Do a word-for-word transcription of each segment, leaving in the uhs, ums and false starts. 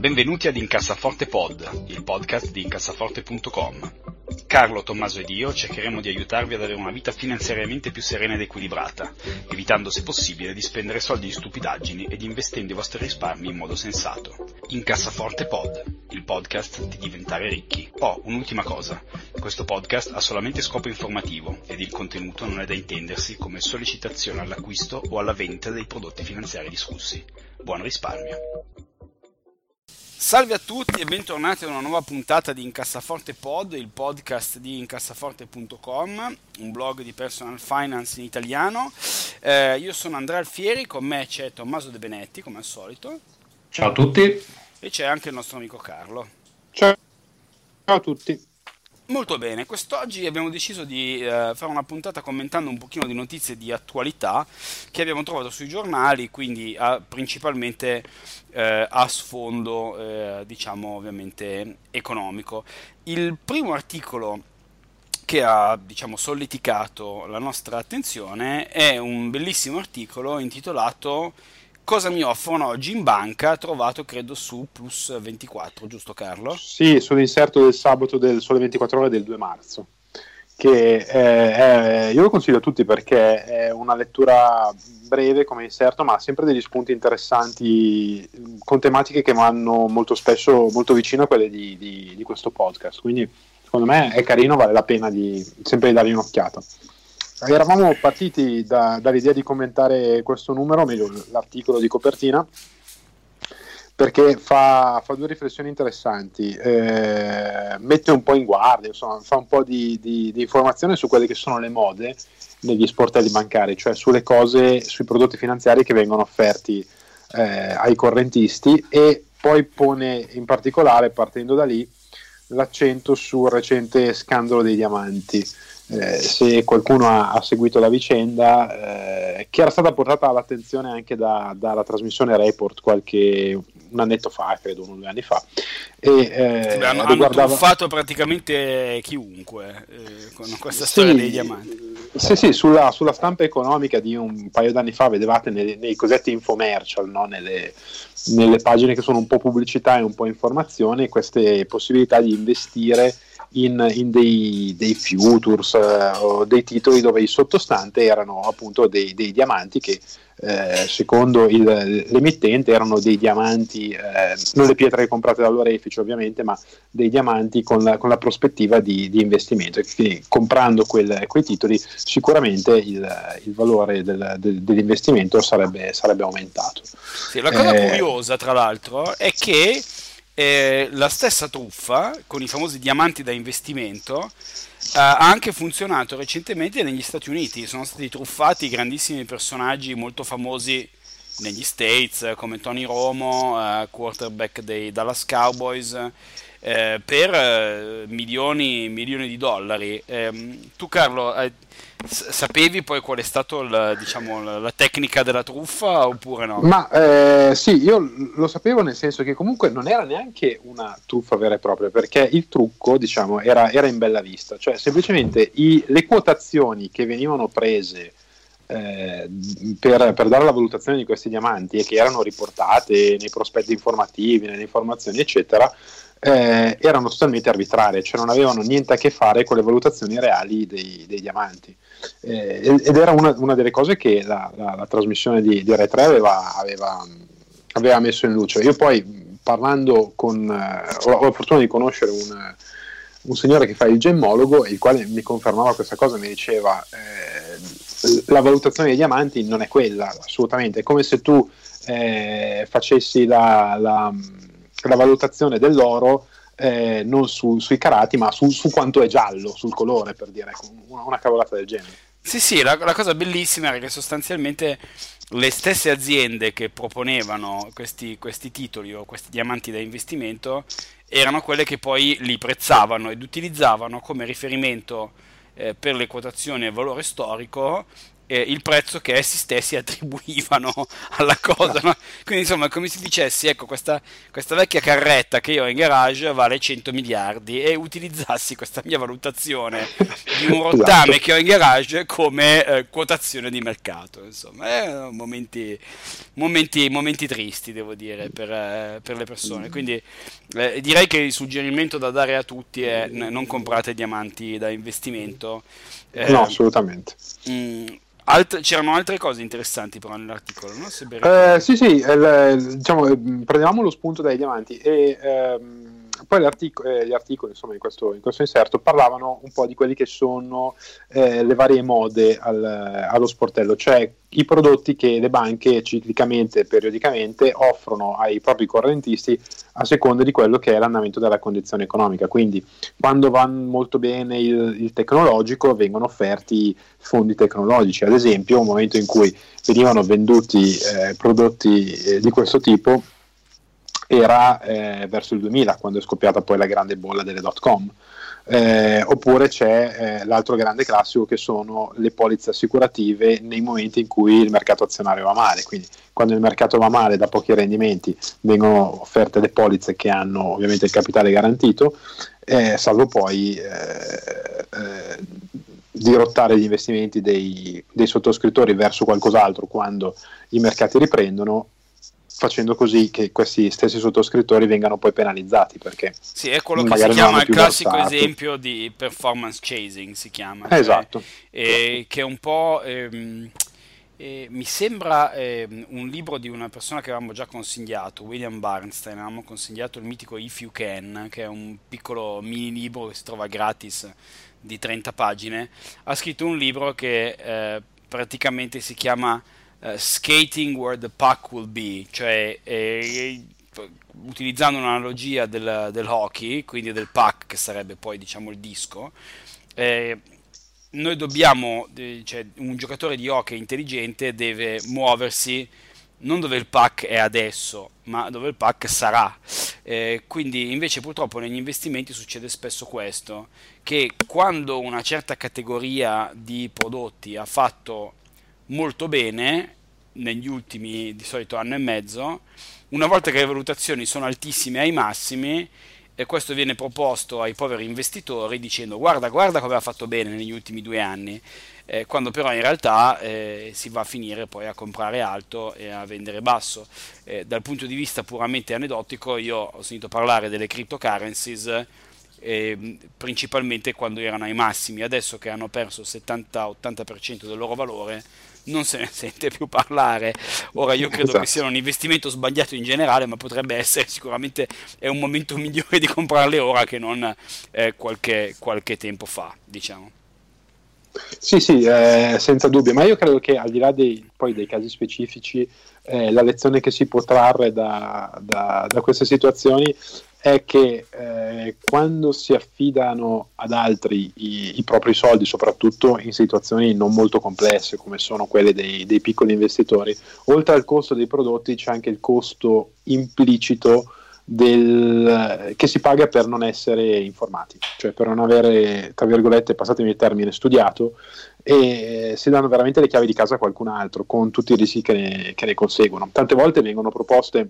Benvenuti ad Incassaforte Pod, il podcast di incassaforte punto com. Carlo, Tommaso ed io cercheremo di aiutarvi ad avere una vita finanziariamente più serena ed equilibrata, evitando se possibile di spendere soldi in stupidaggini ed investendo i vostri risparmi in modo sensato. Incassaforte Pod, il podcast di diventare ricchi. Oh, un'ultima cosa, questo podcast ha solamente scopo informativo ed il contenuto non è da intendersi come sollecitazione all'acquisto o alla vendita dei prodotti finanziari discussi. Buon risparmio! Salve a tutti e bentornati ad una nuova puntata di Incassaforte Pod, il podcast di incassaforte punto com, un blog di personal finance in italiano. Eh, io sono Andrea Alfieri, con me c'è Tommaso De Benetti, come al solito. Ciao a tutti. E c'è anche il nostro amico Carlo. Ciao, ciao a tutti. Molto bene, quest'oggi abbiamo deciso di eh, fare una puntata commentando un pochino di notizie di attualità che abbiamo trovato sui giornali, quindi a, principalmente eh, a sfondo, eh, diciamo ovviamente economico. Il primo articolo che ha, diciamo, solleticato la nostra attenzione è un bellissimo articolo intitolato "Cosa mi offrono oggi in banca?", trovato credo su Plus ventiquattro, giusto Carlo? Sì, sull'inserto del sabato del Sole ventiquattro Ore del due marzo, che è, è, io lo consiglio a tutti perché è una lettura breve come inserto, ma ha sempre degli spunti interessanti con tematiche che vanno molto spesso molto vicino a quelle di, di, di questo podcast, quindi secondo me è carino, vale la pena di sempre di dargli un'occhiata. Eravamo partiti da, dall'idea di commentare questo numero, meglio l'articolo di copertina, perché fa, fa due riflessioni interessanti, eh, mette un po' in guardia, insomma, fa un po' di, di, di informazione su quelle che sono le mode negli sportelli bancari, cioè sulle cose, sui prodotti finanziari che vengono offerti eh, ai correntisti, e poi pone in particolare, partendo da lì, l'accento sul recente scandalo dei diamanti. Eh, se qualcuno ha, ha seguito la vicenda, eh, che era stata portata all'attenzione anche da, dalla trasmissione Report qualche un annetto fa, credo uno o due anni fa, e eh, Beh, hanno, riguardava... hanno truffato praticamente chiunque eh, con questa storia sì, dei diamanti. Sì, sì, sulla, sulla stampa economica di un paio d'anni fa vedevate nei, nei cosiddetti infomercial, no? nelle, nelle pagine che sono un po' pubblicità e un po' informazione, queste possibilità di investire in, in dei, dei futures eh, o dei titoli dove il sottostante erano appunto dei, dei diamanti che eh, secondo il, l'emittente erano dei diamanti, eh, non le pietre comprate dall'orefice ovviamente, ma dei diamanti con la, con la prospettiva di, di investimento, e quindi comprando quel, quei titoli sicuramente il, il valore del, del, dell'investimento sarebbe, sarebbe aumentato. Sì, la cosa eh, curiosa tra l'altro è che Eh, la stessa truffa con i famosi diamanti da investimento eh, ha anche funzionato recentemente negli Stati Uniti. Sono stati truffati grandissimi personaggi molto famosi negli States come Tony Romo, eh, quarterback dei Dallas Cowboys, eh, per eh, milioni milioni di dollari. Eh, tu Carlo eh, sapevi poi qual è stata, diciamo, la, la tecnica della truffa oppure no? Ma eh, sì, io lo sapevo, nel senso che comunque non era neanche una truffa vera e propria, perché il trucco, diciamo, era, era in bella vista, cioè semplicemente i, le quotazioni che venivano prese eh, per, per dare la valutazione di questi diamanti e che erano riportate nei prospetti informativi, nelle informazioni eccetera, eh, erano totalmente arbitrarie, cioè non avevano niente a che fare con le valutazioni reali dei, dei diamanti. Eh, ed era una, una delle cose che la, la, la trasmissione di, di Rai tre aveva, aveva, aveva messo in luce. Io poi, parlando con eh, ho, ho la fortuna di conoscere un, un signore che fa il gemmologo, il quale mi confermava questa cosa, mi diceva eh, la valutazione dei diamanti non è quella, assolutamente, è come se tu eh, facessi la, la, la valutazione dell'oro Eh, non su, sui carati, ma su, su quanto è giallo, sul colore, per dire, una, una cavolata del genere. Sì, sì, la, la cosa bellissima era che sostanzialmente le stesse aziende che proponevano questi, questi titoli o questi diamanti da investimento erano quelle che poi li prezzavano ed utilizzavano come riferimento eh, per le quotazioni al valore storico eh, il prezzo che essi stessi attribuivano alla cosa, no? Quindi insomma, come se dicessi, ecco, questa, questa vecchia carretta che io ho in garage vale cento miliardi, e utilizzassi questa mia valutazione di un rottame Esatto. che ho in garage come eh, quotazione di mercato. Insomma, eh, momenti, momenti, momenti tristi, devo dire, per, eh, per le persone. Quindi eh, direi che il suggerimento da dare a tutti è: n- non comprate diamanti da investimento. Eh, No, assolutamente. mh, alt- c'erano altre cose interessanti però nell'articolo, no? Se ben Eh, ricordo. sì, sì, il- diciamo, eh, prendevamo lo spunto dai diamanti e ehm, poi l'artico- eh, gli articoli, insomma, in questo, in questo inserto parlavano un po' di quelli che sono eh, le varie mode al- allo sportello, cioè i prodotti che le banche ciclicamente e periodicamente offrono ai propri correntisti a seconda di quello che è l'andamento della condizione economica. Quindi quando va molto bene il, il tecnologico vengono offerti fondi tecnologici, ad esempio un momento in cui venivano venduti eh, prodotti eh, di questo tipo era eh, verso il duemila, quando è scoppiata poi la grande bolla delle dot com. Eh, oppure c'è eh, l'altro grande classico, che sono le polizze assicurative nei momenti in cui il mercato azionario va male. Quindi quando il mercato va male, da pochi rendimenti, vengono offerte le polizze che hanno ovviamente il capitale garantito, eh, salvo poi eh, eh, dirottare gli investimenti dei, dei sottoscrittori verso qualcos'altro quando i mercati riprendono, facendo così che questi stessi sottoscrittori vengano poi penalizzati, perché Sì, è quello che si magari non chiama hanno il più classico versato. esempio di performance chasing, si chiama, Eh, cioè, esatto. eh, che è un po', ehm, eh, mi sembra ehm, un libro di una persona che avevamo già consigliato, William Bernstein. Avevamo consigliato il mitico If You Can, che è un piccolo mini libro che si trova gratis di trenta pagine. Ha scritto un libro che eh, praticamente si chiama eh, Skating Where the Puck Will Be, cioè eh, utilizzando un'analogia del, del hockey, quindi del puck, che sarebbe poi diciamo il disco. eh, Noi dobbiamo, eh, cioè un giocatore di hockey intelligente deve muoversi non dove il puck è adesso, ma dove il puck sarà. Eh, quindi invece purtroppo negli investimenti succede spesso questo, che quando una certa categoria di prodotti ha fatto molto bene negli ultimi di solito anno e mezzo, una volta che le valutazioni sono altissime ai massimi, e questo viene proposto ai poveri investitori dicendo: guarda, guarda come ha fatto bene negli ultimi due anni, eh, quando però in realtà eh, si va a finire poi a comprare alto e a vendere basso. Eh, dal punto di vista puramente aneddotico, io ho sentito parlare delle cryptocurrencies eh, principalmente quando erano ai massimi. Adesso che hanno perso il settanta ottanta per cento del loro valore, non se ne sente più parlare. Ora io credo che Esatto. sia un investimento sbagliato in generale, ma potrebbe essere sicuramente è un momento migliore di comprarle ora che non eh, qualche, qualche tempo fa, diciamo. Sì, sì, eh, senza dubbio, ma io credo che al di là dei, poi dei casi specifici, eh, la lezione che si può trarre da, da, da queste situazioni è che eh, quando si affidano ad altri i, i propri soldi, soprattutto in situazioni non molto complesse come sono quelle dei, dei piccoli investitori, oltre al costo dei prodotti c'è anche il costo implicito del, che si paga per non essere informati, cioè per non avere, tra virgolette, passatemi il termine, studiato, e si danno veramente le chiavi di casa a qualcun altro con tutti i rischi che ne, che ne conseguono. Tante volte vengono proposte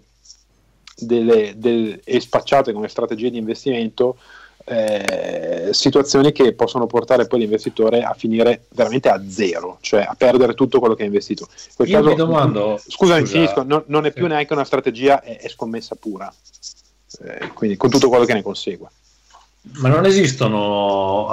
delle, del, e spacciate come strategie di investimento eh, situazioni che possono portare poi l'investitore a finire veramente a zero, cioè a perdere tutto quello che ha investito. In quel Io caso, mi domando, scusami, scusa, finisco, non, non è più sì. neanche una strategia, è, è scommessa pura, eh, quindi con tutto quello che ne consegue. Ma non esistono,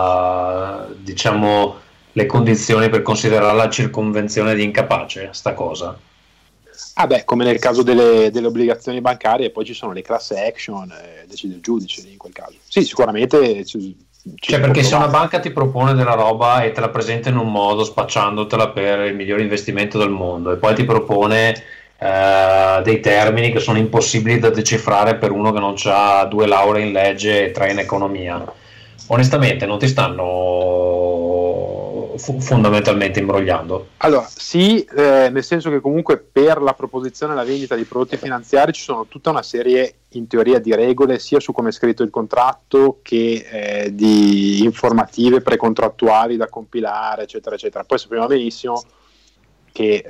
uh, diciamo, le condizioni per considerare la circonvenzione di incapace, sta cosa? Ah beh, come nel caso delle, delle obbligazioni bancarie, poi ci sono le class action, eh, decide il giudice in quel caso. Sì, sicuramente ci, ci Cioè, si perché può se una provare. banca ti propone della roba e te la presenta in un modo, spacciandotela per il migliore investimento del mondo, e poi ti propone eh, dei termini che sono impossibili da decifrare per uno che non ha due lauree in legge e tre in economia, onestamente non ti stanno fu- fondamentalmente imbrogliando. Allora, sì, eh, nel senso che comunque per la proposizione e la vendita di prodotti finanziari ci sono tutta una serie, in teoria, di regole, sia su come è scritto il contratto che eh, di informative precontrattuali da compilare, eccetera, eccetera. Poi sappiamo benissimo che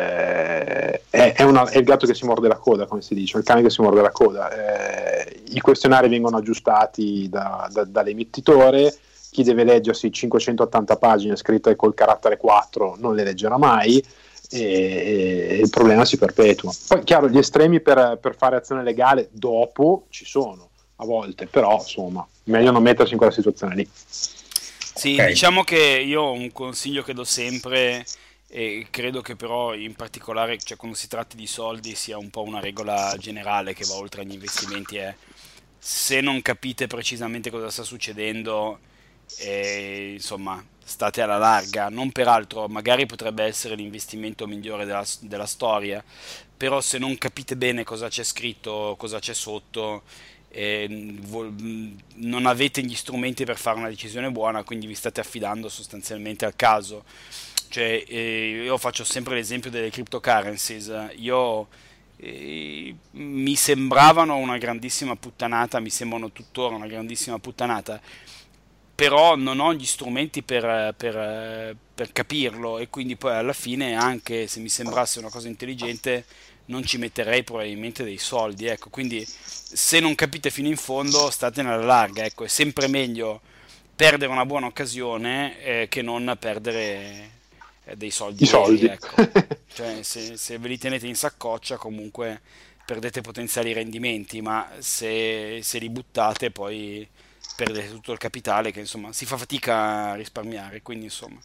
eh, è, è, una, è il gatto che si morde la coda, come si dice, il cane che si morde la coda. Eh, I questionari vengono aggiustati da, da, dall'emittitore. Chi deve leggersi cinquecentottanta pagine scritte col carattere quattro non le leggerà mai, e, e il problema si perpetua. Poi chiaro, gli estremi per, per fare azione legale dopo ci sono a volte, però insomma meglio non mettersi in quella situazione lì. Sì, Ok. diciamo che io ho un consiglio che do sempre, e credo che però in particolare, cioè, quando si tratti di soldi, sia un po' una regola generale che va oltre agli investimenti, è: se non capite precisamente cosa sta succedendo, e, insomma, state alla larga. Non peraltro, magari potrebbe essere l'investimento migliore della, della storia, però se non capite bene cosa c'è scritto, cosa c'è sotto, eh, vo- non avete gli strumenti per fare una decisione buona, quindi vi state affidando sostanzialmente al caso. Cioè, eh, io faccio sempre l'esempio delle cryptocurrencies. Io eh, mi sembravano una grandissima puttanata, mi sembrano tuttora una grandissima puttanata, però non ho gli strumenti per, per- per capirlo, e quindi poi alla fine, anche se mi sembrasse una cosa intelligente, non ci metterei probabilmente dei soldi, ecco. Quindi se non capite fino in fondo, statene alla larga, ecco. È sempre meglio perdere una buona occasione, eh, che non perdere eh, dei soldi I veri, soldi. ecco. Cioè, se, se ve li tenete in saccoccia, comunque perdete potenziali rendimenti, ma se, se li buttate, poi perdete tutto il capitale, che insomma si fa fatica a risparmiare. Quindi insomma,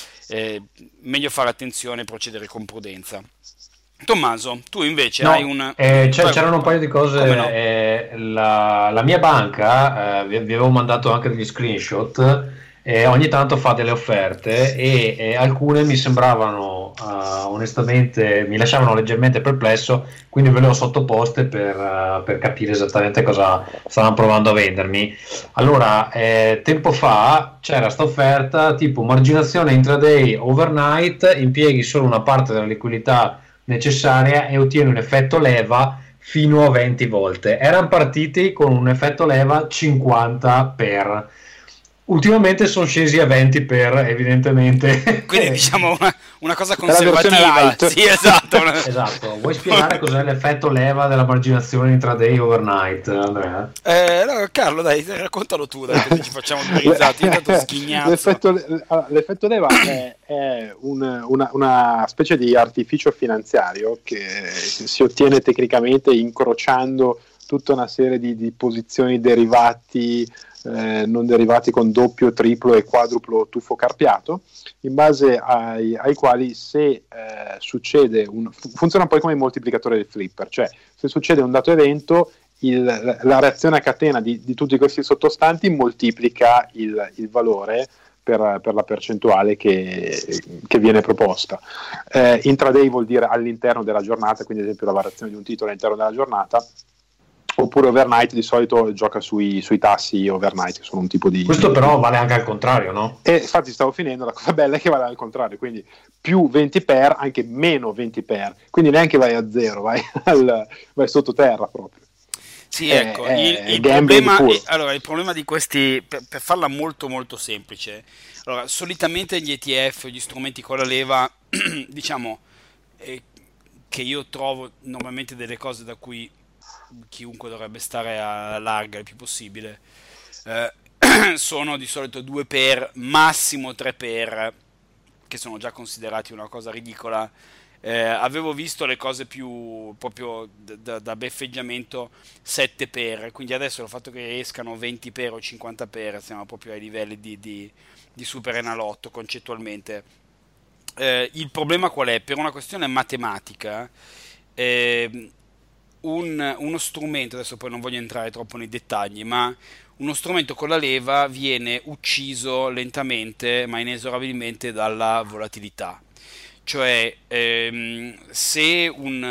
è meglio fare attenzione e procedere con prudenza. Tommaso, tu invece hai No, un... eh, c'è- Vai, c'erano un paio di cose. come no? eh, la, la mia banca, eh, vi, vi avevo mandato anche degli screenshot, e ogni tanto fa delle offerte, e, e alcune mi sembravano, eh, onestamente, mi lasciavano leggermente perplesso, quindi ve le ho sottoposte per, eh, per capire esattamente cosa stavano provando a vendermi. Allora, eh, tempo fa c'era sta offerta tipo marginazione intraday overnight, impieghi solo una parte della liquidità necessaria e ottiene un effetto leva fino a venti volte. Erano partiti con un effetto leva cinquanta per. Ultimamente sono scesi a venti per, evidentemente. Quindi diciamo una, una cosa È la versione conservativa. light. Sì, esatto. una- Esatto, vuoi spiegare cos'è l'effetto leva della marginazione intraday overnight, Andrea? Eh, no, Carlo, dai, raccontalo tu, dai, così ci facciamo due risate. Io tanto sghignazzo. L'effetto, allora, l'effetto leva è, è un- una, una specie di artificio finanziario che si ottiene tecnicamente incrociando tutta una serie di, di posizioni derivati, eh, non derivati con doppio, triplo e quadruplo tuffo carpiato, in base ai, ai quali, se eh, succede un, funziona poi come il moltiplicatore del flipper, cioè se succede un dato evento, il, la reazione a catena di, di tutti questi sottostanti moltiplica il, il valore per, per la percentuale che, che viene proposta. Eh, intraday vuol dire all'interno della giornata, quindi ad esempio la variazione di un titolo all'interno della giornata, oppure overnight di solito gioca sui, sui tassi overnight, che sono un tipo di... Questo però vale anche al contrario, no? E infatti stavo finendo, la cosa bella è che vale al contrario, quindi più venti per, anche meno venti per, quindi neanche vai a zero, vai, al, vai sottoterra proprio. Sì, È- ecco, è il, il gambling problema, puro. eh, allora, il problema di questi, per, per farla molto molto semplice, allora, solitamente gli E T F, gli strumenti con la leva, diciamo, eh, che io trovo normalmente delle cose da cui chiunque dovrebbe stare alla larga il più possibile, eh, sono di solito due per, massimo tre per, che sono già considerati una cosa ridicola. Eh, avevo visto le cose più proprio da, da- da beffeggiamento sette per, quindi adesso il fatto che escano venti per o cinquanta per, siamo proprio ai livelli di, di, di Super Enalotto concettualmente. Eh, il problema qual è? Per una questione matematica, eh, un- uno strumento, adesso poi non voglio entrare troppo nei dettagli, ma uno strumento con la leva viene ucciso lentamente ma inesorabilmente dalla volatilità. Cioè, ehm, se un,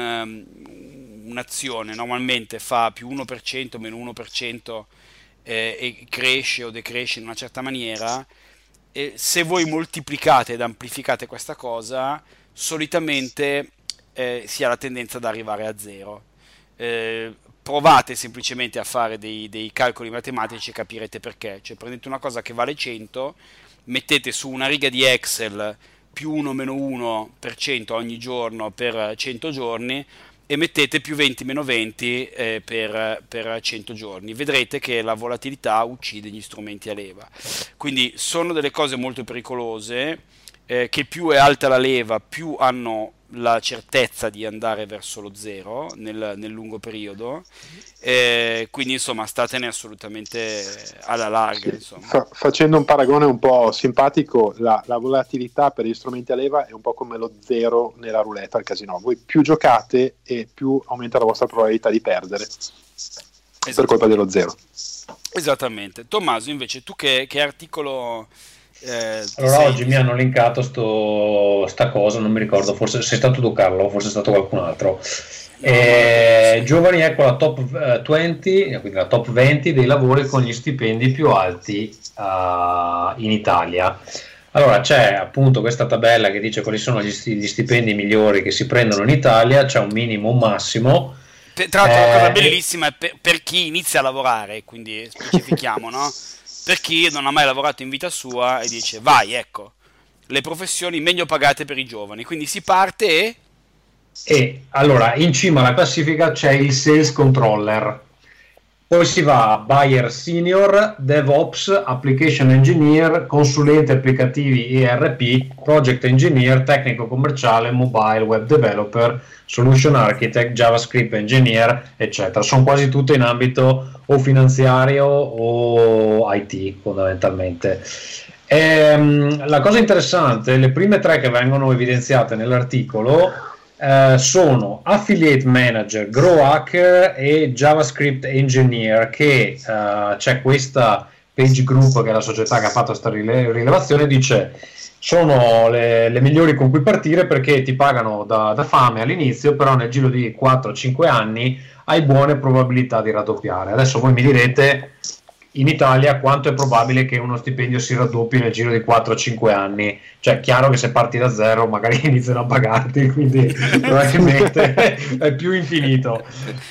um, un'azione normalmente fa più uno per cento, meno uno per cento, eh, e cresce o decresce in una certa maniera, e se voi moltiplicate ed amplificate questa cosa, solitamente eh, si ha la tendenza ad arrivare a zero. Eh, provate semplicemente a fare dei, dei calcoli matematici e capirete perché. Cioè prendete una cosa che vale cento, mettete su una riga di Excel più uno meno uno per cento ogni giorno per cento giorni e mettete più venti meno venti eh, per, per cento giorni. Vedrete che la volatilità uccide gli strumenti a leva. Quindi sono delle cose molto pericolose, eh, che più è alta la leva, più hanno la certezza di andare verso lo zero nel, nel lungo periodo, eh, quindi insomma statene assolutamente alla larga. Sì, Insomma. fa- facendo un paragone un po' simpatico, la, la volatilità per gli strumenti a leva è un po' come lo zero nella roulette al casino. Voi più giocate e più aumenta la vostra probabilità di perdere per colpa dello zero. Esattamente. Tommaso, invece, tu che, che articolo... Eh, allora sei... oggi mi hanno linkato sto, sta cosa, non mi ricordo, forse sei stato tu Carlo, forse è stato qualcun altro. No, eh, giovani, ecco la top venti, quindi la top venti dei lavori con gli stipendi più alti uh, in Italia. Allora c'è appunto questa tabella che dice quali sono gli, gli stipendi migliori che si prendono in Italia, c'è un minimo, un massimo. Tra l'altro, eh, una cosa bellissima è per, per chi inizia a lavorare, quindi specifichiamo, no? Per chi non ha mai lavorato in vita sua e dice vai, ecco, le professioni meglio pagate per i giovani, quindi si parte e... E allora in cima alla classifica c'è il sales controller, poi si va a buyer senior, DevOps, application engineer, consulente applicativi E R P, project engineer, tecnico commerciale, mobile, web developer, solution architect, JavaScript engineer, eccetera. Sono quasi tutte in ambito o finanziario o I T fondamentalmente. Ehm, la cosa interessante, le prime tre che vengono evidenziate nell'articolo eh, sono affiliate manager, grow hacker e JavaScript engineer, che eh, c'è questa Page Group, che è la società che ha fatto questa rile- rilevazione, dice sono le, le migliori con cui partire perché ti pagano da, da fame all'inizio, però nel giro di quattro cinque anni hai buone probabilità di raddoppiare. Adesso voi mi direte in Italia quanto è probabile che uno stipendio si raddoppi nel giro di quattro cinque anni. Cioè chiaro che se parti da zero magari iniziano a pagarti, quindi probabilmente è più infinito.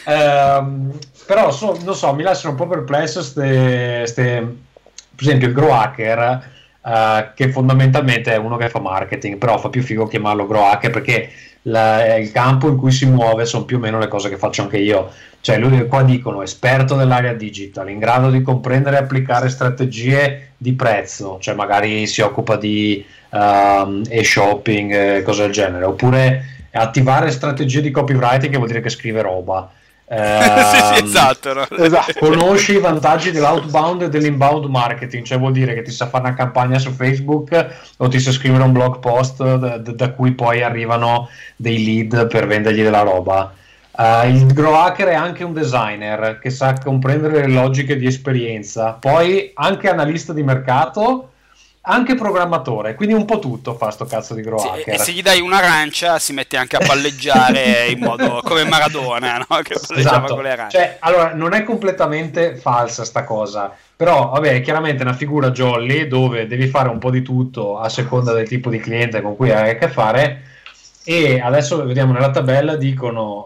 Ehm, però so, non so, mi lasciano un po' perplesso ste, ste, per esempio il grow hacker, Uh, che fondamentalmente è uno che fa marketing, però fa più figo chiamarlo grow hacker perché la, il campo in cui si muove sono più o meno le cose che faccio anche io. Cioè lui, qua dicono esperto dell'area digital, in grado di comprendere e applicare strategie di prezzo, cioè magari si occupa di um, e-shopping e cose del genere, oppure attivare strategie di copywriting, che vuol dire che scrive roba. Eh, sì, sì, esatto, no? Esatto. Conosci i vantaggi dell'outbound e dell'inbound marketing, cioè vuol dire che ti sa fare una campagna su Facebook o ti sa scrivere un blog post da, da cui poi arrivano dei lead per vendergli della roba. Uh, il grow hacker è anche un designer che sa comprendere le logiche di esperienza, poi anche analista di mercato, anche programmatore, quindi un po' tutto fa sto cazzo di grow sì, hacker. E se gli dai un'arancia si mette anche a palleggiare in modo come Maradona, no? Che palleggiava esatto. con le arance. Cioè, allora non è completamente falsa sta cosa, però vabbè, è chiaramente una figura jolly dove devi fare un po' di tutto a seconda del tipo di cliente con cui hai a che fare. E adesso vediamo nella tabella, dicono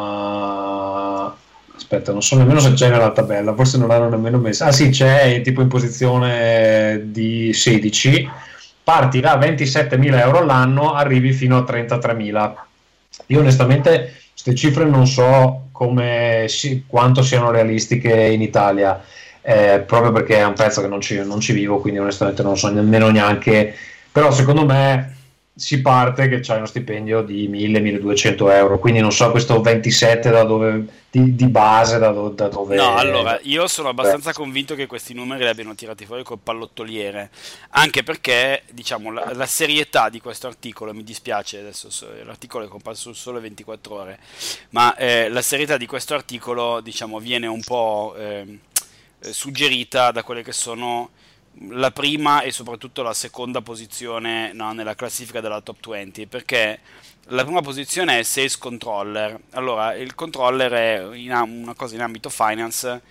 uh, aspetta, non so nemmeno se c'è nella tabella, forse non l'hanno nemmeno messa. Ah sì, c'è tipo in posizione di sedici, parti da ventisettemila euro all'anno, arrivi fino a trentatremila. Io onestamente queste cifre non so come si, quanto siano realistiche in Italia, eh, proprio perché è un pezzo che non ci, non ci vivo, quindi onestamente non so nemmeno neanche, però secondo me si parte che c'è uno stipendio di mille milleduecento euro, quindi non so questo ventisette da dove, di, di base da, do, da dove... No, allora, io sono abbastanza Beh. convinto che questi numeri li abbiano tirati fuori col pallottoliere, anche perché, diciamo, la, la serietà di questo articolo, mi dispiace adesso, l'articolo è comparso su Sole ventiquattro Ore, ma eh, la serietà di questo articolo, diciamo, viene un po' eh, suggerita da quelle che sono la prima e soprattutto la seconda posizione, no, nella classifica della top venti, perché la prima posizione è Sales Controller. Allora, il controller è in, una cosa in ambito finance,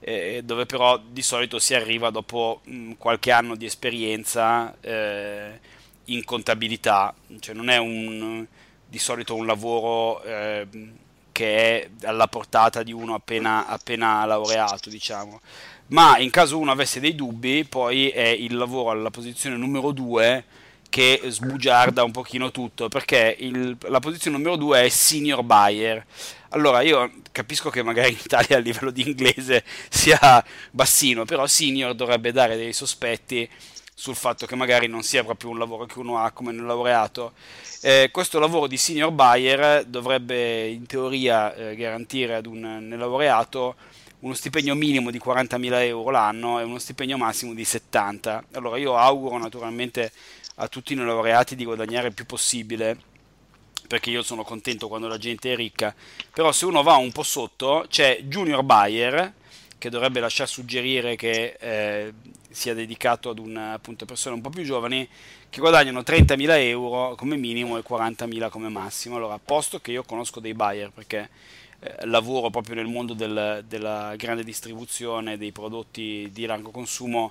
eh, dove però di solito si arriva dopo mh, qualche anno di esperienza eh, in contabilità, cioè non è un, di solito un lavoro eh, che è alla portata di uno appena, appena laureato, diciamo. Ma in caso uno avesse dei dubbi, poi è il lavoro alla posizione numero due che sbugiarda un pochino tutto, perché il- la posizione numero due è senior buyer. Allora io capisco che magari in Italia il livello di inglese sia bassino, però senior dovrebbe dare dei sospetti sul fatto che magari non sia proprio un lavoro che uno ha come nel laureato. Eh, questo lavoro di senior buyer dovrebbe in teoria eh, garantire ad un neolaureato uno stipendio minimo di quarantamila euro l'anno e uno stipendio massimo di settanta. Allora io auguro naturalmente a tutti i neolaureati di guadagnare il più possibile, perché io sono contento quando la gente è ricca, però se uno va un po' sotto c'è junior buyer, che dovrebbe lasciar suggerire che eh, sia dedicato ad una, appunto, persone un po' più giovani, che guadagnano trentamila euro come minimo e quarantamila come massimo. Allora, a posto che io conosco dei buyer, perché eh, lavoro proprio nel mondo del- della grande distribuzione dei prodotti di largo consumo,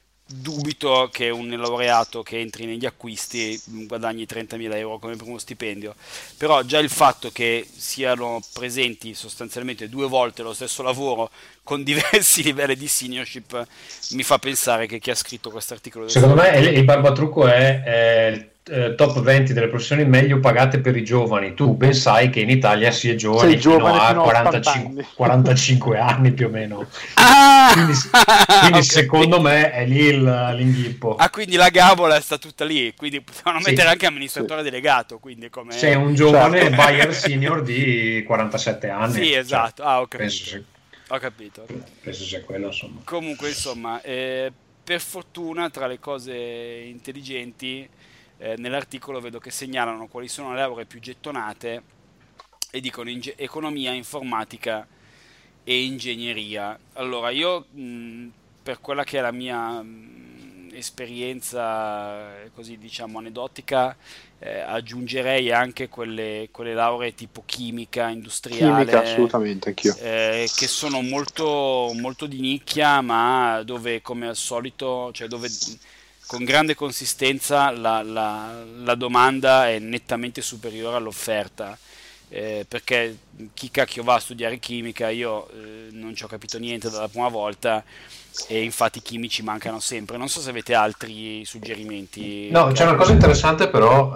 dubito che un laureato che entri negli acquisti mh, guadagni trentamila euro come primo stipendio, però già il fatto che siano presenti sostanzialmente due volte lo stesso lavoro con diversi livelli di seniorship mi fa pensare che chi ha scritto questo articolo del Secondo Sole me il, ventiquattro. il barbatrucco è, è eh, top venti delle professioni meglio pagate per i giovani. Tu ben sai che in Italia si è Sei giovani fino giovane a fino a ottanta quarantacinque, anni. quarantacinque anni più o meno. Ah! Quindi, quindi Ho secondo capito. me è lì il- l'inghippo. Ah, quindi la gabola sta tutta lì, quindi potevano mettere Sì, anche Sì, amministratore delegato, quindi sei come... un certo. giovane buyer senior di quarantasette Sì, anni, cioè, esatto, ah, ho penso capito, sia, ho capito. penso sia quello, insomma. Comunque, insomma, eh, per fortuna tra le cose intelligenti, eh, nell'articolo vedo che segnalano quali sono le lauree più gettonate e dicono inge- economia, informatica e ingegneria. Allora, io mh, per quella che è la mia mh, esperienza, eh, così diciamo aneddotica, eh, aggiungerei anche quelle, quelle lauree tipo chimica, Chimica, industriale, assolutamente, anch'io. eh, che sono molto, molto di nicchia, ma dove come al solito, cioè dove con grande consistenza la, la- la domanda è nettamente superiore all'offerta. Eh, perché chi cacchio va a studiare chimica? Io eh, non ci ho capito niente dalla prima volta e infatti i chimici mancano sempre. Non so se avete altri suggerimenti, No, c'è una cari. cosa interessante però,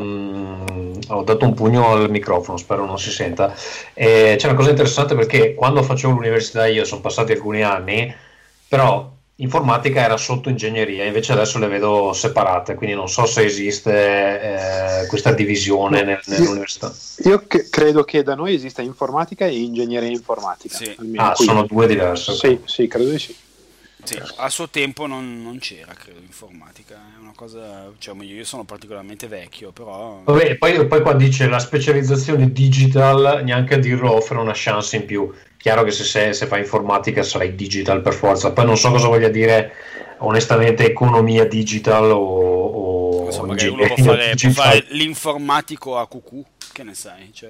ehm, ho dato un pugno al microfono, spero non si senta. E c'è una cosa interessante perché quando facevo l'università io sono passati alcuni anni, però informatica era sotto ingegneria, invece adesso le vedo separate, quindi non so se esiste eh, questa divisione No, nel- io, nell'università. io che- credo che da noi esista informatica e ingegneria informatica, Sì, almeno Ah, qui. sono due diverse, ok. Sì, sì, credo di sì. sì, a suo tempo non, non c'era, credo, informatica. È una cosa, cioè, meglio, io sono particolarmente vecchio, però Vabbè, poi, poi qua dice la specializzazione digital, neanche a dirlo offre una chance in più. Chiaro che se, sei- se fai informatica sarai digital per forza. Poi non so cosa voglia dire onestamente economia digital o, non so, o magari uno può ingegneria fare, può fare digital. l'informatico a cucù, che ne sai? Cioè,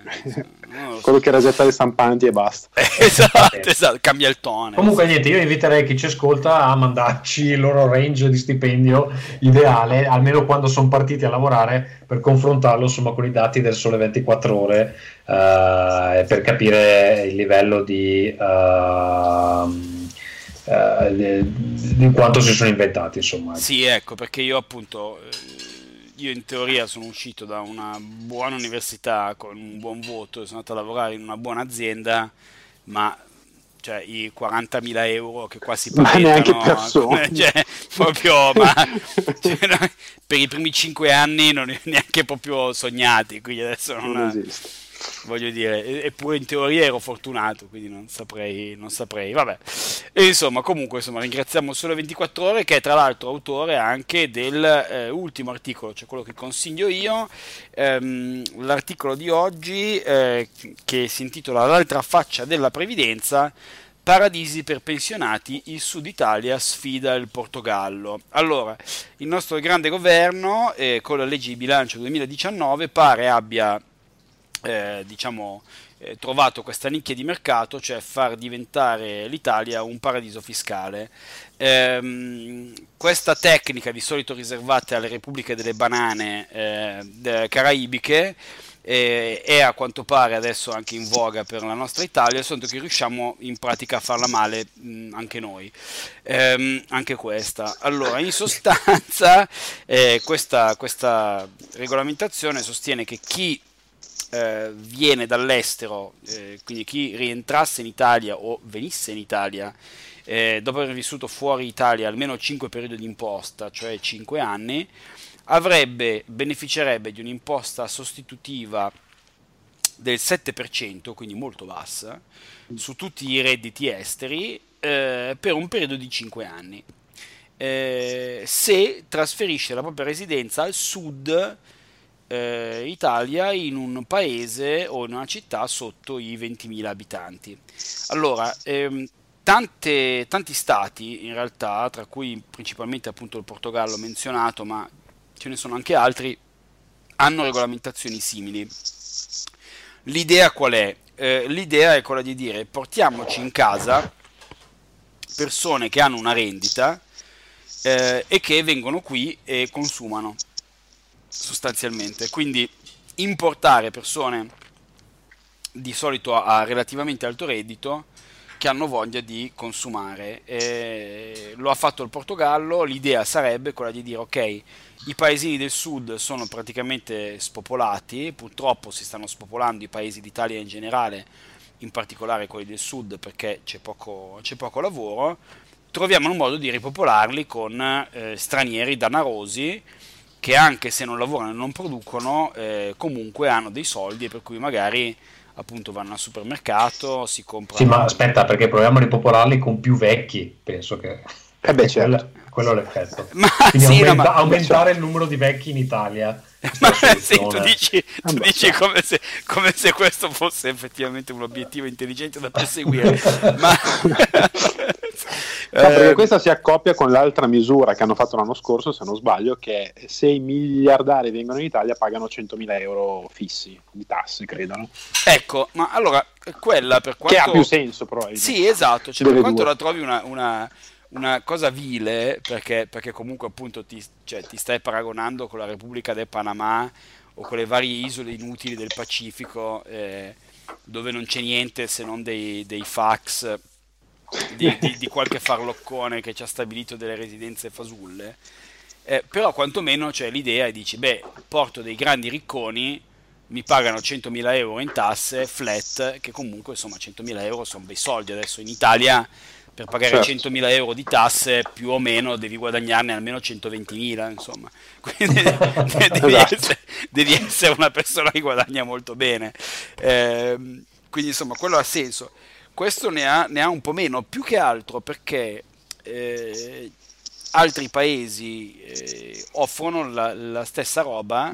non lo Quello so. che resetta le stampanti e basta. Va Esatto, bene. esatto, cambia il tono. Comunque Sì, niente, sì. io inviterei chi ci ascolta a mandarci il loro range di stipendio ideale, almeno quando sono partiti a lavorare, per confrontarlo insomma con i dati del Sole ventiquattro Ore, eh, per capire il livello di, ehm, eh, di, di quanto si sono inventati, insomma. Sì, ecco, perché io appunto, eh, io in teoria sono uscito da una buona università con un buon voto e sono andato a lavorare in una buona azienda, ma cioè, i quarantamila euro che qua si Ma neanche paventano, come- persone. cioè, proprio, ma cioè, no, per i primi cinque anni non è neanche proprio sognati, quindi adesso Non non, esiste. voglio dire, e- eppure in teoria ero fortunato, quindi non saprei, non saprei, vabbè. E insomma, comunque, insomma, ringraziamo Sole ventiquattro Ore, che è tra l'altro autore anche dell'ultimo articolo, cioè quello che consiglio io, ehm, l'articolo di oggi, eh, che si intitola L'altra faccia della previdenza. Paradisi per pensionati, il Sud Italia sfida il Portogallo. Allora, il nostro grande governo, eh, con la legge di bilancio duemiladiciannove, pare abbia, eh, diciamo, eh, trovato questa nicchia di mercato, cioè far diventare l'Italia un paradiso fiscale. Ehm, questa tecnica, di solito riservata alle repubbliche delle banane eh, de- caraibiche, eh, è a quanto pare adesso anche in voga per la nostra Italia, soltanto che riusciamo in pratica a farla male mh, anche noi. Ehm, anche questa. Allora, in sostanza, eh, questa, questa regolamentazione sostiene che chi eh, viene dall'estero, eh, quindi chi rientrasse in Italia o venisse in Italia eh, dopo aver vissuto fuori Italia almeno cinque periodi di imposta, cioè cinque anni, avrebbe, beneficerebbe di un'imposta sostitutiva del sette per cento, quindi molto bassa, su tutti i redditi esteri eh, per un periodo di cinque anni. Eh, se trasferisce la propria residenza al sud eh, Italia, in un paese o in una città sotto i ventimila abitanti. Allora, ehm, tante, tanti stati in realtà, tra cui principalmente appunto il Portogallo menzionato, ma ce ne sono anche altri, hanno regolamentazioni simili. L'idea qual è? Eh, l'idea è quella di dire: portiamoci in casa persone che hanno una rendita eh, e che vengono qui e consumano, sostanzialmente. Quindi importare persone di solito a, a relativamente alto reddito che hanno voglia di consumare. Eh, lo ha fatto il Portogallo. L'idea sarebbe quella di dire: ok, i paesini del sud sono praticamente spopolati, purtroppo si stanno spopolando i paesi d'Italia in generale, in particolare quelli del sud, perché c'è poco, c'è poco lavoro. Troviamo un modo di ripopolarli con eh, stranieri danarosi, che anche se non lavorano e non producono, eh, comunque hanno dei soldi, e per cui magari appunto vanno al supermercato, si comprano... Sì, ma aspetta, perché proviamo a ripopolarli con più vecchi, penso che... Eh beh, certo. Quello è l'effetto. Ma quindi sì, aumenta, no, ma... aumentare il numero di vecchi in Italia. Ma sì, tu dici, tu Vabbè, dici come, se, come se questo fosse effettivamente un obiettivo intelligente da perseguire. Ma no, perché eh, questa si accoppia con l'altra misura che hanno fatto l'anno scorso, se non sbaglio, che è se i miliardari vengono in Italia pagano centomila euro fissi di tasse, credo, no? ecco, ma allora quella per quanto... Che ha più senso probabilmente. Sì, esatto, cioè, per Delle quanto due. la trovi una, una, una cosa vile, perché, perché comunque appunto ti, cioè, ti stai paragonando con la Repubblica del Panama o con le varie isole inutili del Pacifico, eh, dove non c'è niente se non dei, dei fax di, di, di qualche farloccone che ci ha stabilito delle residenze fasulle, eh, però quantomeno c'è l'idea e dici: beh, porto dei grandi ricconi, mi pagano centomila euro in tasse flat, che comunque insomma centomila euro sono bei soldi. Adesso in Italia per pagare Certo. centomila euro di tasse più o meno devi guadagnarne almeno centoventimila, insomma, quindi devi, Esatto. essere, devi essere una persona che guadagna molto bene. Ehm, quindi insomma quello ha senso. Questo ne ha, ne ha un po' meno, più che altro perché eh, altri paesi eh, offrono la, la stessa roba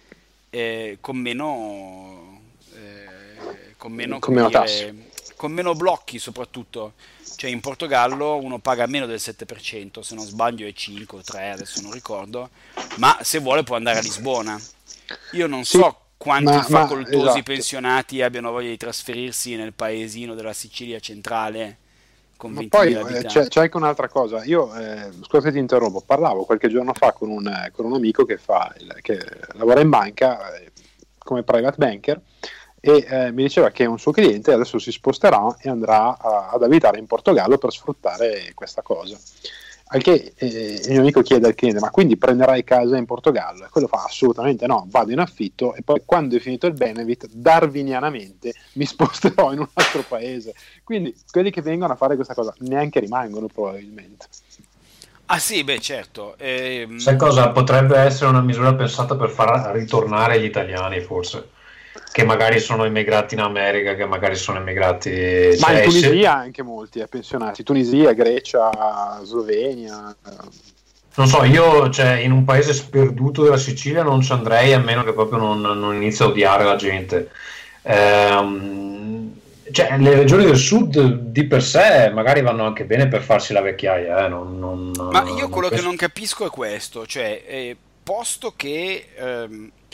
eh, con meno eh, con meno, Con come meno dire, tasse. con meno blocchi soprattutto. Cioè in Portogallo uno paga meno del sette per cento, se non sbaglio è cinque o tre, adesso non ricordo, ma se vuole può andare a Lisbona. Io non Sì, so quanti ma- ma- facoltosi esatto. pensionati abbiano voglia di trasferirsi nel paesino della Sicilia centrale con Ma poi ventimila eh, abitanti. c'è, c'è anche un'altra cosa. Io, eh, scusa se ti interrompo, parlavo qualche giorno fa con un, eh, con un amico che, fa il- che lavora in banca eh, come private banker, e eh, mi diceva che un suo cliente adesso si sposterà e andrà a- ad abitare in Portogallo per sfruttare questa cosa. Al che eh, il mio amico chiede al cliente: ma quindi prenderai casa in Portogallo? E quello fa: assolutamente no, vado in affitto e poi quando è finito il benefit darwinianamente mi sposterò in un altro paese. Quindi quelli che vengono a fare questa cosa neanche rimangono probabilmente. Ah sì, beh certo. Ehm, Sai cosa? Potrebbe essere una misura pensata per far ritornare gli italiani, forse, che magari sono immigrati in America, che magari sono immigrati... Ma cioè, in se- Tunisia anche molti eh, pensionati, Tunisia, Grecia, Slovenia. eh, Non so, io cioè, in un paese sperduto della Sicilia non ci andrei, a meno che proprio non, non inizi a odiare la gente. Ehm, cioè, le regioni del sud di per sé magari vanno anche bene per farsi la vecchiaia, eh, non- non- Ma io non quello che penso- non capisco è questo, cioè, eh, posto che ehm,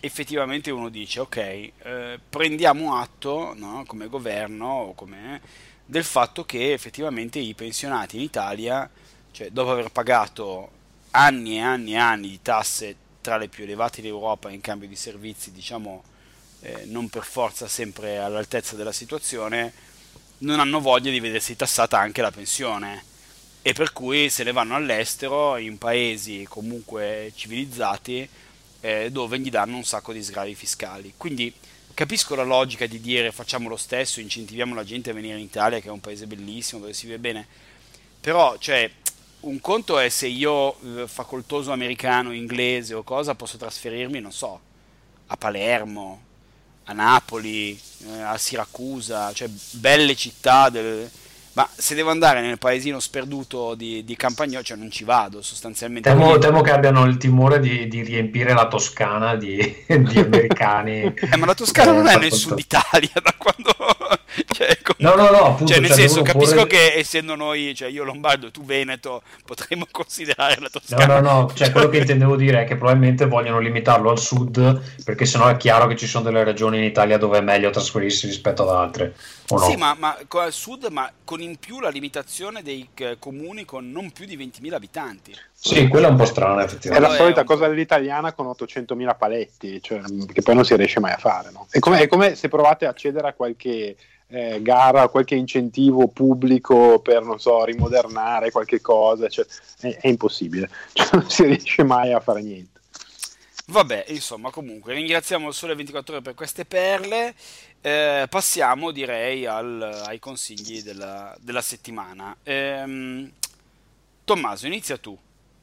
effettivamente uno dice ok, eh, prendiamo atto, no, come governo o come, del fatto che effettivamente i pensionati in Italia, cioè dopo aver pagato anni e anni e anni di tasse tra le più elevate d'Europa in cambio di servizi, diciamo, eh, non per forza sempre all'altezza della situazione, non hanno voglia di vedersi tassata anche la pensione, e per cui se ne vanno all'estero in paesi comunque civilizzati, eh, dove gli danno un sacco di sgravi fiscali. Quindi capisco la logica di dire facciamo lo stesso, incentiviamo la gente a venire in Italia, che è un paese bellissimo dove si vive bene, però cioè un conto è se io, eh, facoltoso americano, inglese o cosa, posso trasferirmi, non so, a Palermo, a Napoli, eh, a Siracusa, cioè belle città del... Ma se devo andare nel paesino sperduto di, di Campagnolo, cioè non ci vado sostanzialmente. Temo, Quindi... temo che abbiano il timore di, di riempire la Toscana di, di americani. Eh, ma la Toscana non è nel sud Italia, da quando... Cioè, comunque... No, no, no, appunto. Cioè, nel cioè, senso, capisco porre... che essendo noi, cioè io lombardo e tu veneto, potremmo considerare la Toscana. No, no, no, cioè quello che intendevo dire è che probabilmente vogliono limitarlo al sud, perché sennò è chiaro che ci sono delle regioni in Italia dove è meglio trasferirsi rispetto ad altre. O no? Sì, ma, ma al sud, ma con in più la limitazione dei c- comuni con non più di ventimila abitanti. Sì, quella è un po' strana, È effettivamente. la È solita un- cosa dell'italiana con ottocentomila paletti, cioè, che poi non si riesce mai a fare, no? È come, è come se provate a accedere a qualche eh, gara, a qualche incentivo pubblico per, non so, rimodernare qualche cosa, cioè, è, è impossibile, cioè, non si riesce mai a fare niente. Vabbè, insomma, comunque, ringraziamo il Sole ventiquattro Ore per queste perle. Eh, passiamo, direi, al- ai consigli della, della settimana. Ehm, Tommaso, inizia tu.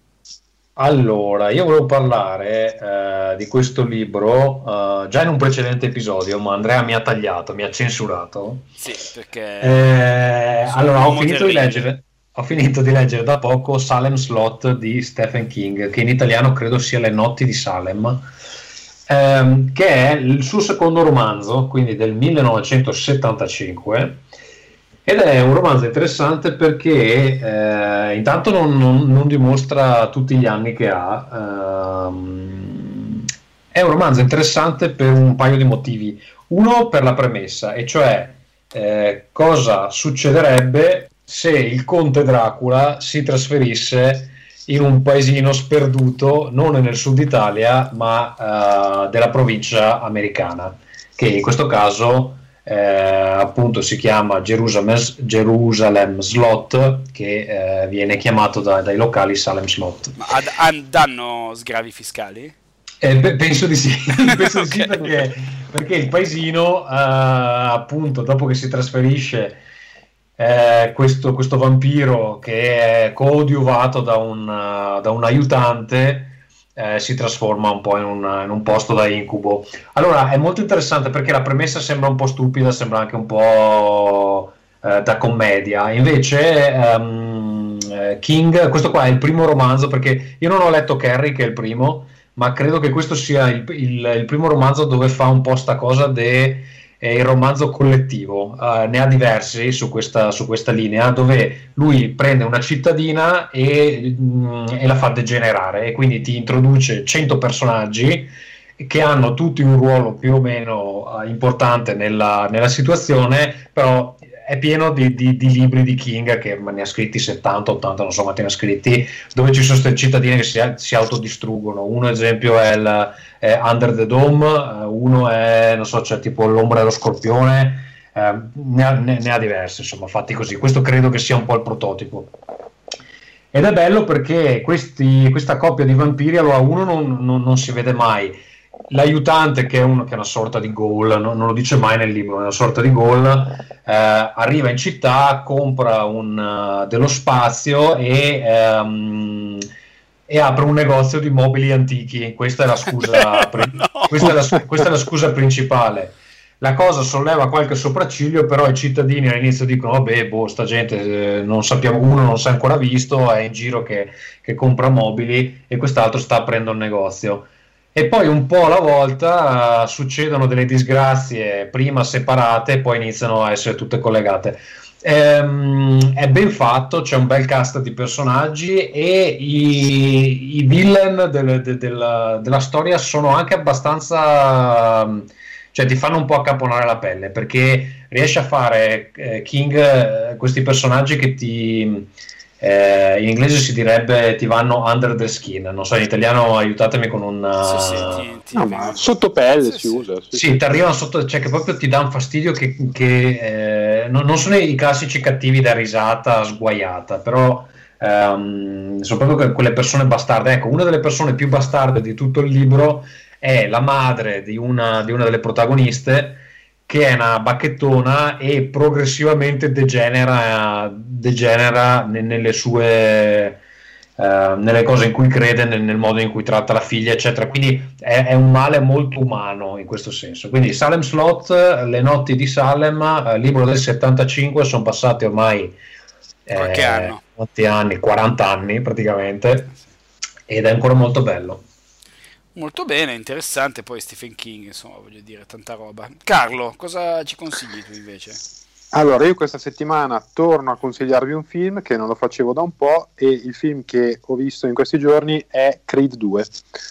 Allora, io volevo parlare eh, di questo libro eh, già in un precedente episodio, ma Andrea mi ha tagliato, mi ha censurato. Sì, perché Eh, sono un allora, ho uomo finito di terribile. leggere, ho finito di leggere da poco Salem Slot di Stephen King, che in italiano credo sia Le notti di Salem, ehm, che è il suo secondo romanzo, quindi del millenovecentosettantacinque, ed è un romanzo interessante perché eh, intanto non, non- non dimostra tutti gli anni che ha. ehm, è un romanzo interessante per un paio di motivi. Uno, per la premessa, e cioè eh, cosa succederebbe se il conte Dracula si trasferisse in un paesino sperduto, non nel sud Italia, ma eh, della provincia americana, che in questo caso eh, appunto si chiama Jerusalem, Jerusalem Slot, che eh, viene chiamato da- dai locali Salem Slot. Ma ad- han- danno sgravi fiscali? Eh, pe- penso di sì, penso di sì Ok. perché, perché il paesino, eh, appunto, dopo che si trasferisce, eh, questo, questo vampiro che è coadiuvato da un, eh, da un aiutante, eh, si trasforma un po' in un, in un posto da incubo. Allora, è molto interessante perché la premessa sembra un po' stupida, sembra anche un po' eh, da commedia. Invece, ehm, eh, King, questo qua è il primo romanzo, perché io non ho letto Carrie, che è il primo, ma credo che questo sia il, il- il primo romanzo dove fa un po' sta cosa del romanzo collettivo. Eh, ne ha diversi su questa, su questa linea, dove lui prende una cittadina e, mm, e la fa degenerare, e quindi ti introduce cento personaggi che hanno tutti un ruolo più o meno eh, importante nella, nella situazione, però è pieno di, di- di libri di King, che ne ha scritti settanta ottanta, non so quanti ne ha scritti, dove ci sono queste cittadine che si, si autodistruggono. Uno esempio è, il, è Under the Dome, eh, uno è, non so, c'è tipo L'ombra dello scorpione, eh, ne, ha, ne- ne ha diversi, insomma, fatti così. Questo credo che sia un po' il prototipo. Ed è bello perché questi- questa coppia di vampiri, allora uno non, non- non si vede mai. L'aiutante, che è, uno, che è una sorta di ghoul, no- non lo dice mai nel libro, è una sorta di ghoul, eh, arriva in città, compra un, eh, dello spazio e, ehm, e apre un negozio di mobili antichi. Questa è la scusa, pri- No. questa è la, questa è la scusa principale. La cosa solleva qualche sopracciglio, però i cittadini all'inizio dicono: vabbè, boh, sta gente, eh, non sappiamo, uno non si è ancora visto, è in giro che, che compra mobili, e quest'altro sta aprendo un negozio. E poi un po' alla volta eh, succedono delle disgrazie, prima separate, poi iniziano a essere tutte collegate. ehm, è ben fatto, c'è un bel cast di personaggi e i, i villain del, de, della, della storia sono anche abbastanza, cioè ti fanno un po' accapponare la pelle, perché riesce a fare eh, King eh, questi personaggi che ti eh, in inglese si direbbe ti vanno under the skin, non so in italiano, aiutatemi con un Sì, sì, ti, ti no, ma sotto pelle sì, si sì. usa. Sì, sì, ti arrivano sotto, cioè che proprio ti dà un fastidio che, che eh, non, non sono i classici cattivi da risata sguaiata, però ehm, sono proprio que- quelle persone bastarde. Ecco, una delle persone più bastarde di tutto il libro è la madre di una, di una delle protagoniste, che è una bacchettona e progressivamente degenera, degenera ne- nelle sue eh, nelle cose in cui crede, nel, nel modo in cui tratta la figlia, eccetera. Quindi è, è un male molto umano in questo senso. Quindi Salem Slot, Le notti di Salem, eh, libro del settantacinque, sono passati ormai Qualche eh, anno. quanti anni? quaranta anni praticamente, ed è ancora molto bello. Molto bene, interessante. Poi Stephen King, insomma, voglio dire, tanta roba. Carlo, cosa ci consigli tu invece? Allora, io questa settimana torno a consigliarvi un film che non lo facevo da un po', e il film che ho visto in questi giorni è Creed due,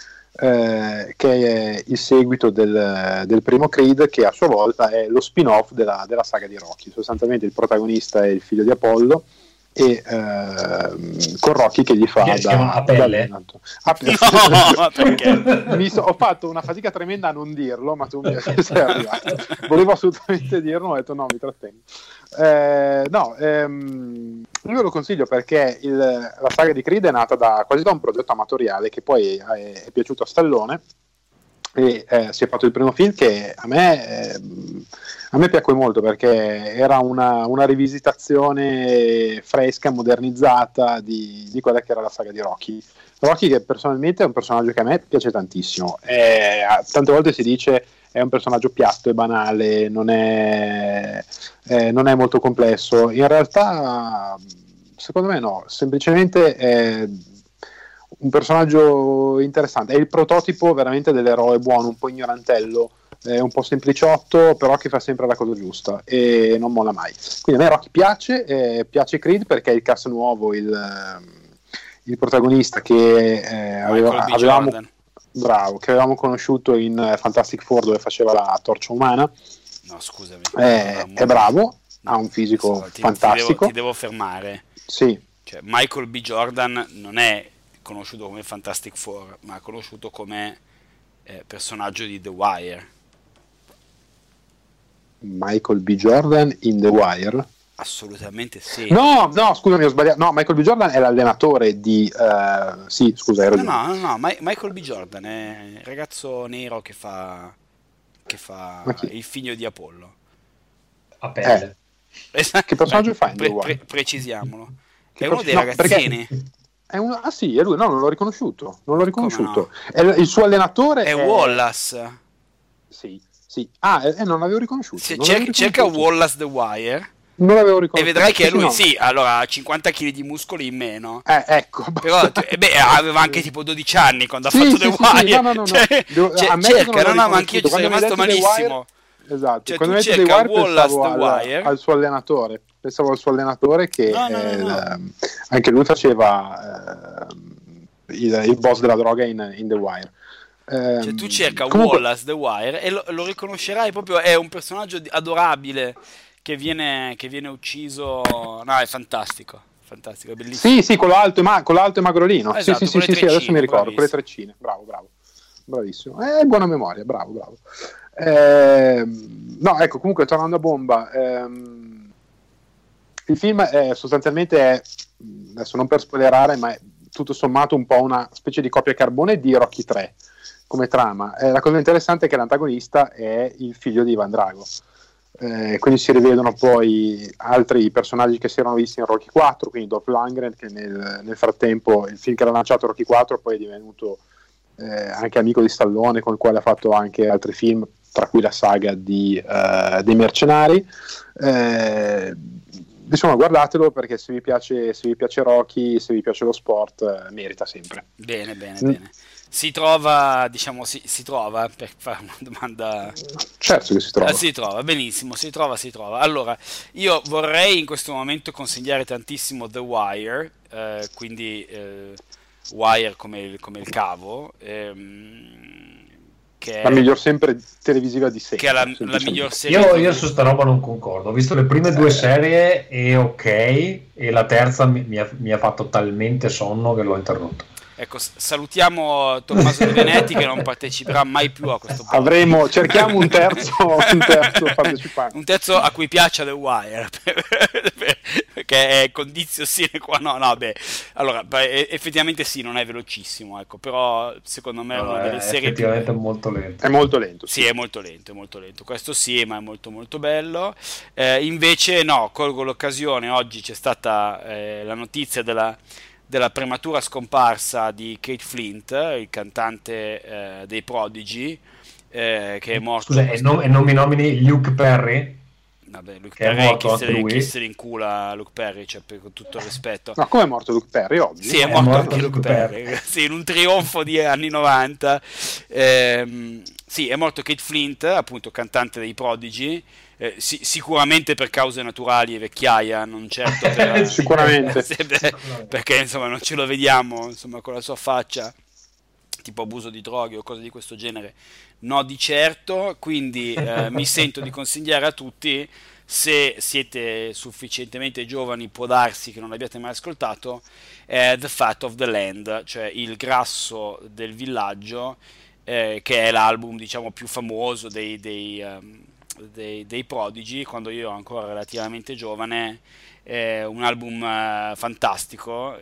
eh, che è il seguito del, del primo Creed, che a sua volta è lo spin-off della, della saga di Rocky. Sostanzialmente il protagonista è il figlio di Apollo, e ehm, con Rocky che gli fa Perché si chiama da, A Pelle? da a, No, ma perché? mi so, ho fatto una fatica tremenda a non dirlo, ma tu mi sei arrivato. Volevo assolutamente dirlo, ma ho detto no, mi trattengo. Eh, no, ehm, io ve lo consiglio perché il, la saga di Creed è nata da, quasi da un progetto amatoriale che poi è, è piaciuto a Stallone, e eh, si è fatto il primo film che a me, eh, a me piacque molto, perché era una, una rivisitazione fresca, modernizzata di, di quella che era la saga di Rocky. Rocky, che personalmente è un personaggio che a me piace tantissimo, eh, tante volte si dice è un personaggio piatto e banale, non è, eh, non è molto complesso. In realtà secondo me no, semplicemente è un personaggio interessante, è il prototipo veramente dell'eroe buono, un po' ignorantello, eh, un po' sempliciotto, però che fa sempre la cosa giusta e non molla mai. Quindi a me Rocky piace, eh, piace Creed perché è il cast nuovo, il, il protagonista che eh, aveva, avevamo, bravo, che avevamo conosciuto in eh, Fantastic Four, dove faceva la torcia umana. No, scusami. Eh, è bravo, ha un fisico so, ti, fantastico. Ti devo, ti devo fermare. Sì. Cioè, Michael B. Jordan non è conosciuto come Fantastic Four, ma è conosciuto come eh, personaggio di The Wire. Michael B. Jordan in The Wire? Assolutamente sì. No, no, scusami, ho sbagliato. No, Michael B. Jordan è l'allenatore di... Uh, sì, scusa, hai ragione. No, no, no, no, Ma- Michael B. Jordan è il ragazzo nero che fa, che fa il figlio di Apollo. A pelle. Eh. Che personaggio Beh, fa in pre- The Wire? pre- precisiamolo. Che è uno pers- dei no, ragazzini. È un... Ah sì, è lui. No, non l'ho riconosciuto. Non l'ho riconosciuto. No? È il suo allenatore è, è Wallace. Sì, sì. Ah, eh, non l'avevo riconosciuto. Se non cerca, l'avevo cerca riconosciuto. Wallace The Wire. Non l'avevo riconosciuto. E vedrai che è lui, no. sì, allora ha cinquanta chili di muscoli in meno. Eh, ecco. Però eh, beh, aveva anche tipo dodici anni quando ha sì, fatto sì, The sì, Wire. sì, no, no, no, cioè, no. cioè, cerca, no, no, ma anch'io ci sono rimasto malissimo. Wire, esatto, cioè, quando tu hai detto cerca The Wire Wallace pensavo The al, Wire. al suo allenatore. Pensavo al suo allenatore che no, no, no, eh, no. anche lui faceva eh, il, il boss della droga in, in The Wire. Um, cioè tu cerca comunque... Wallace The Wire e lo, lo riconoscerai proprio, è un personaggio adorabile che viene, che viene ucciso. No, è fantastico, fantastico, è bellissimo. Sì, sì, quello alto e, ma- quello alto e magrolino. Esatto, sì, sì, sì, sì, adesso mi ricordo, bravissimo. con le treccine. Bravo, bravo. Bravissimo. Eh, buona memoria, bravo, bravo. Eh, no, ecco, comunque tornando a bomba, ehm, il film è sostanzialmente è, adesso non per spoilerare, ma è tutto sommato un po' una specie di copia carbone di Rocky tre come trama. Eh, la cosa interessante è che l'antagonista è il figlio di Ivan Drago. Eh, quindi si rivedono poi altri personaggi che si erano visti in Rocky quattro, quindi Dolph Lundgren, che nel, nel frattempo il film che era lanciato Rocky quattro poi è divenuto eh, anche amico di Stallone, con il quale ha fatto anche altri film, tra cui la saga di, uh, dei Mercenari. Eh, insomma, guardatelo, perché se vi piace, se vi piace Rocky, se vi piace lo sport, eh, merita sempre. Bene, bene, Mm. bene. si trova, diciamo, si, si trova, per fare una domanda... Certo che si trova. Ah, si trova, benissimo, si trova, si trova. Allora, io vorrei in questo momento consigliare tantissimo The Wire, eh, quindi eh, Wire come il, come il cavo, ehm, che La è, miglior sempre televisiva di sempre. che è la, la semplicemente. miglior serie Io, T V. io su sta roba non concordo. Ho visto le prime due serie e ok, e la terza mi, mi ha, mi ha fatto talmente sonno che l'ho interrotto. Ecco, s- salutiamo Tommaso De Benetti che non parteciperà mai più a questo podcast. Avremo, cerchiamo un terzo, un terzo partecipante. Un terzo a cui piaccia The Wire, perché è condizio sine qua no, no, beh, allora, beh, effettivamente sì, non è velocissimo, ecco, però secondo me è No, una delle è serie più... effettivamente molto lento. È molto lento. Sì, è molto lento, è molto lento, questo sì, ma è molto molto bello. Eh, invece no, colgo l'occasione, oggi c'è stata eh, la notizia della, della prematura scomparsa di Kate Flint, il cantante eh, dei Prodigy, eh, che è morto... Scusa, e questo- non, e non mi nomini Luke Perry? Vabbè, Luke Che è Perry, morto chi se, anche lui? chi se ne incula Luke Perry, cioè, per, con tutto il rispetto. Ma come è morto Luke Perry oggi? Sì, è, È morto, morto anche Luke Luke Perry, Perry. sì, in un trionfo di anni novanta. Ehm, sì, è morto Kate Flint, appunto cantante dei Prodigy, eh, si- sicuramente per cause naturali e vecchiaia, non certo per... Sicuramente. Sì, beh, perché insomma non ce lo vediamo insomma, con la sua faccia, tipo abuso di droghe o cose di questo genere, no di certo, quindi eh, mi sento di consigliare a tutti, se siete sufficientemente giovani, può darsi che non l'abbiate mai ascoltato, eh, The Fat of the Land, cioè Il grasso del villaggio, eh, che è l'album diciamo più famoso dei, dei, ehm, dei, dei Prodigy, quando io ero ancora relativamente giovane. È un album eh, fantastico,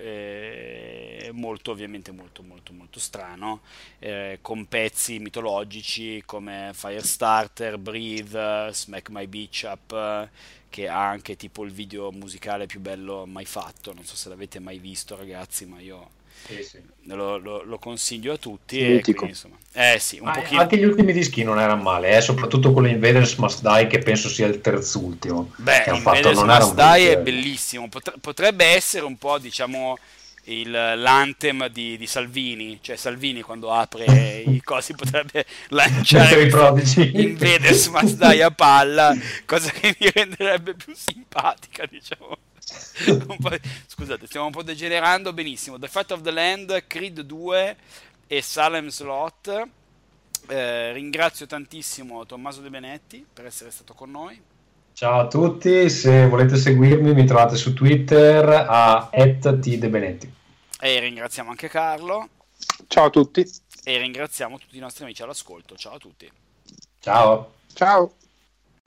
eh, molto ovviamente molto molto molto strano, eh, con pezzi mitologici come Firestarter, Breathe, Smack My Beach Up, eh, che ha anche tipo il video musicale più bello mai fatto. Non so se l'avete mai visto, ragazzi, ma io Sì, sì. lo, lo- lo consiglio a tutti. E Mitico. quindi, insomma, eh sì, un Ma pochino. anche gli ultimi dischi non erano male, eh, soprattutto quello Invaders Must Die, che penso sia il terzultimo Beh, che hanno fatto. Invaders Non era Must un bel Die è genere. bellissimo, Potre- potrebbe essere un po', diciamo, il, l'anthem di, di Salvini, cioè Salvini quando apre i cosi potrebbe lanciare Mettere i questo Prodigy. Invaders Must Die a palla, cosa che mi renderebbe più simpatica, diciamo. Un po'- Scusate, stiamo un po' degenerando. Benissimo, The Fight of the Land, Creed due e Salem Slot. Eh, ringrazio tantissimo Tommaso De Benetti per essere stato con noi. Ciao a tutti, se volete seguirmi mi trovate su Twitter a at tdebenetti. E ringraziamo anche Carlo Ciao a tutti. e ringraziamo tutti i nostri amici all'ascolto. Ciao a tutti. Ciao. Ciao.